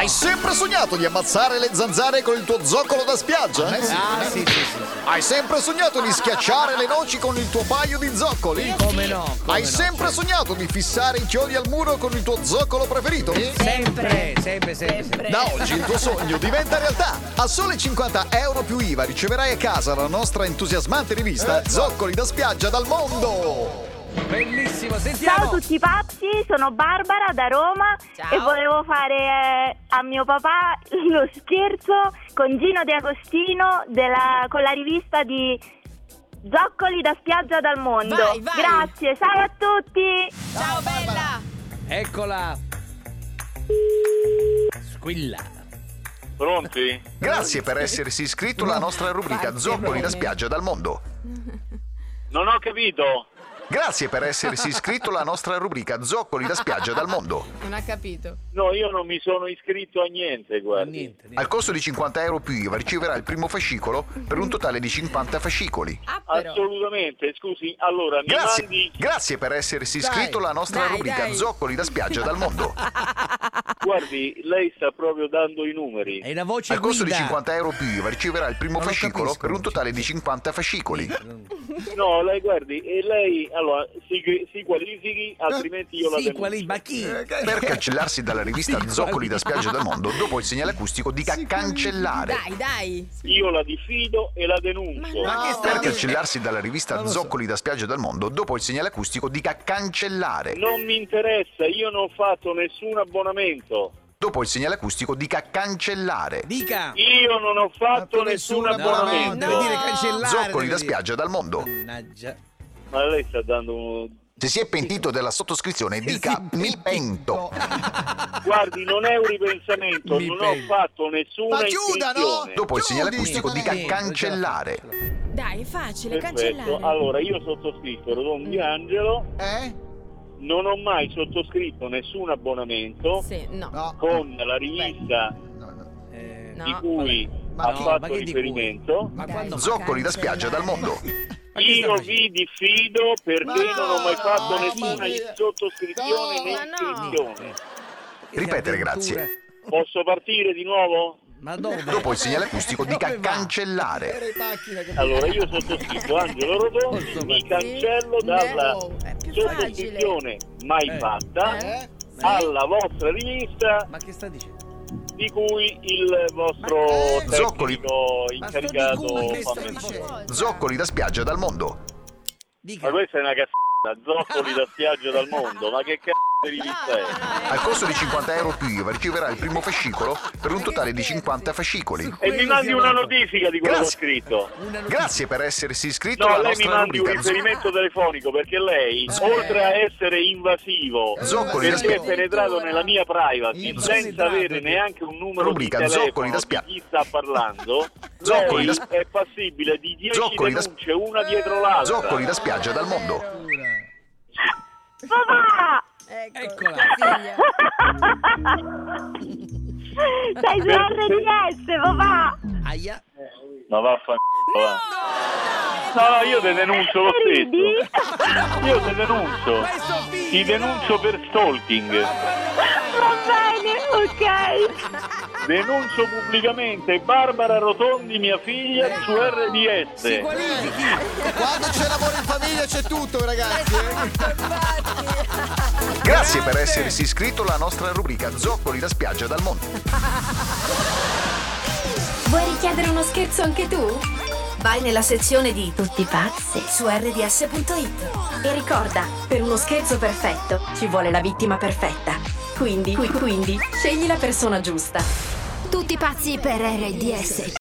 Hai sempre sognato di ammazzare le zanzare con il tuo zoccolo da spiaggia? Sì. Hai sempre sognato di schiacciare le noci con il tuo paio di zoccoli? Come no? Hai sempre sognato di fissare i chiodi al muro con il tuo zoccolo preferito? Sempre. Da oggi il tuo sogno diventa realtà. A sole 50 euro più IVA riceverai a casa la nostra entusiasmante rivista Zoccoli da spiaggia dal mondo. Bellissimo, Ciao sentiamo. a tutti pazzi, sono Barbara da Roma. Ciao. E volevo fare a mio papà lo scherzo con Gino De Agostino con la rivista di Zoccoli da spiaggia dal mondo. Vai. Grazie, ciao a tutti. Ciao bella. Eccola. Squilla. Pronti? Grazie per essersi iscritto alla nostra rubrica Zoccoli da spiaggia dal mondo. Non ho capito. Grazie per essersi iscritto alla nostra rubrica Zoccoli da spiaggia dal mondo. Non ha capito. No, io non mi sono iscritto a niente, guardi. Niente. Al costo di 50 euro più IVA riceverà il primo fascicolo per un totale di 50 fascicoli. Ah, però. Assolutamente, scusi, allora mi mandi... Grazie per essersi iscritto alla nostra Dai, rubrica dai. Zoccoli da spiaggia dal mondo. Guardi, lei sta proprio dando i numeri. È una voce Al costo di guida. 50 euro più IVA riceverà il primo Non lo fascicolo capisco. per un totale di 50 fascicoli. No, lei guardi, e lei allora si qualifichi, altrimenti io la Sì, denuncio. ma chi? Per cancellarsi dalla rivista Zoccoli da spiaggia dal mondo, dopo il segnale acustico dica cancellare. Dai. Io la diffido e la denuncio. Ma no. Per cancellarsi dalla rivista Zoccoli da spiaggia dal mondo, dopo il segnale acustico dica cancellare. Non mi interessa, io non ho fatto nessun abbonamento. Dopo il segnale acustico dica cancellare. Dica. Io non ho fatto nessun abbonamento. Deve dire cancellare. Zoccoli da deve dire. spiaggia dal mondo. Mannaggia. Ma lei sta dando un... Se si è pentito della sottoscrizione dica mi pento. Guardi, non è un ripensamento, Mi non pento. ho fatto nessuna Ma chiuda, no? iscrizione. Dopo il segnale Chiudi, acustico sto dica capendo. cancellare. Dai, è facile, Perfetto, cancellare. allora io sottoscritto Rotondi Angelo, non ho mai sottoscritto nessun abbonamento Sì, no. No. con la rivista No. di cui Ma ha no, fatto ma che di cui? riferimento. Ma Dai. quando Zoccoli da spiaggia dal mondo. Io vi diffido perché non ho mai fatto Ma nessuna chi? sottoscrizione né ma no. iscrizione. Ripetere, grazie. Posso partire di nuovo? Ma dove? Dopo il segnale acustico dica Dove va? cancellare. Era in macchina che Allora io sottoscritto Angelo Rotondi, mi cancello dalla È più sottoscrizione mai fatta Eh? alla vostra rivista Ma che sta dicendo? di cui il vostro Zoccoli. tecnico Ma sto di incaricato cui, che fa sto menzione. dicendo? Zoccoli da spiaggia dal mondo. Dica. Ma questa è una cazzata, zoccoli da spiaggia dal mondo, ma che cazzo di rivista è? Al costo di 50 euro più IVA riceverà il primo fascicolo per un totale di 50 fascicoli. E mi mandi una notifica di quello che ho Grazie. scritto. Grazie per essersi iscritto No, alla lei mi nostra mandi un rubrica riferimento telefonico perché lei, oltre a essere invasivo, Zoccoli da perché è spiaggia. penetrato nella mia privacy Zoccoli senza da- avere neanche un numero Rubrica di telefono Zoccoli da di spiaggia. chi sta parlando, Zoccoli lei da- è passibile di 10 Zoccoli da- denunce una dietro l'altra. Zoccoli da spiaggia dal mondo. Papà! Eccola. Figlia. Sei su RDS, papà! Aia. Ma vaffanculo. No, io te denuncio lo Ridi? stesso. Io te denuncio. Questo figlio. Ti denuncio per stalking. Va bene, ok. Denuncio pubblicamente Barbara Rotondi, mia figlia, su Si RDS. qualifichi. Quando c'è l'amore in famiglia c'è tutto, ragazzi. Grazie per essersi iscritto alla nostra rubrica Zoccoli da spiaggia dal mondo. Vuoi richiedere uno scherzo anche tu? Vai nella sezione di Tutti pazzi su rds.it e ricorda, per uno scherzo perfetto ci vuole la vittima perfetta. Quindi scegli la persona giusta. Tutti pazzi per RDS.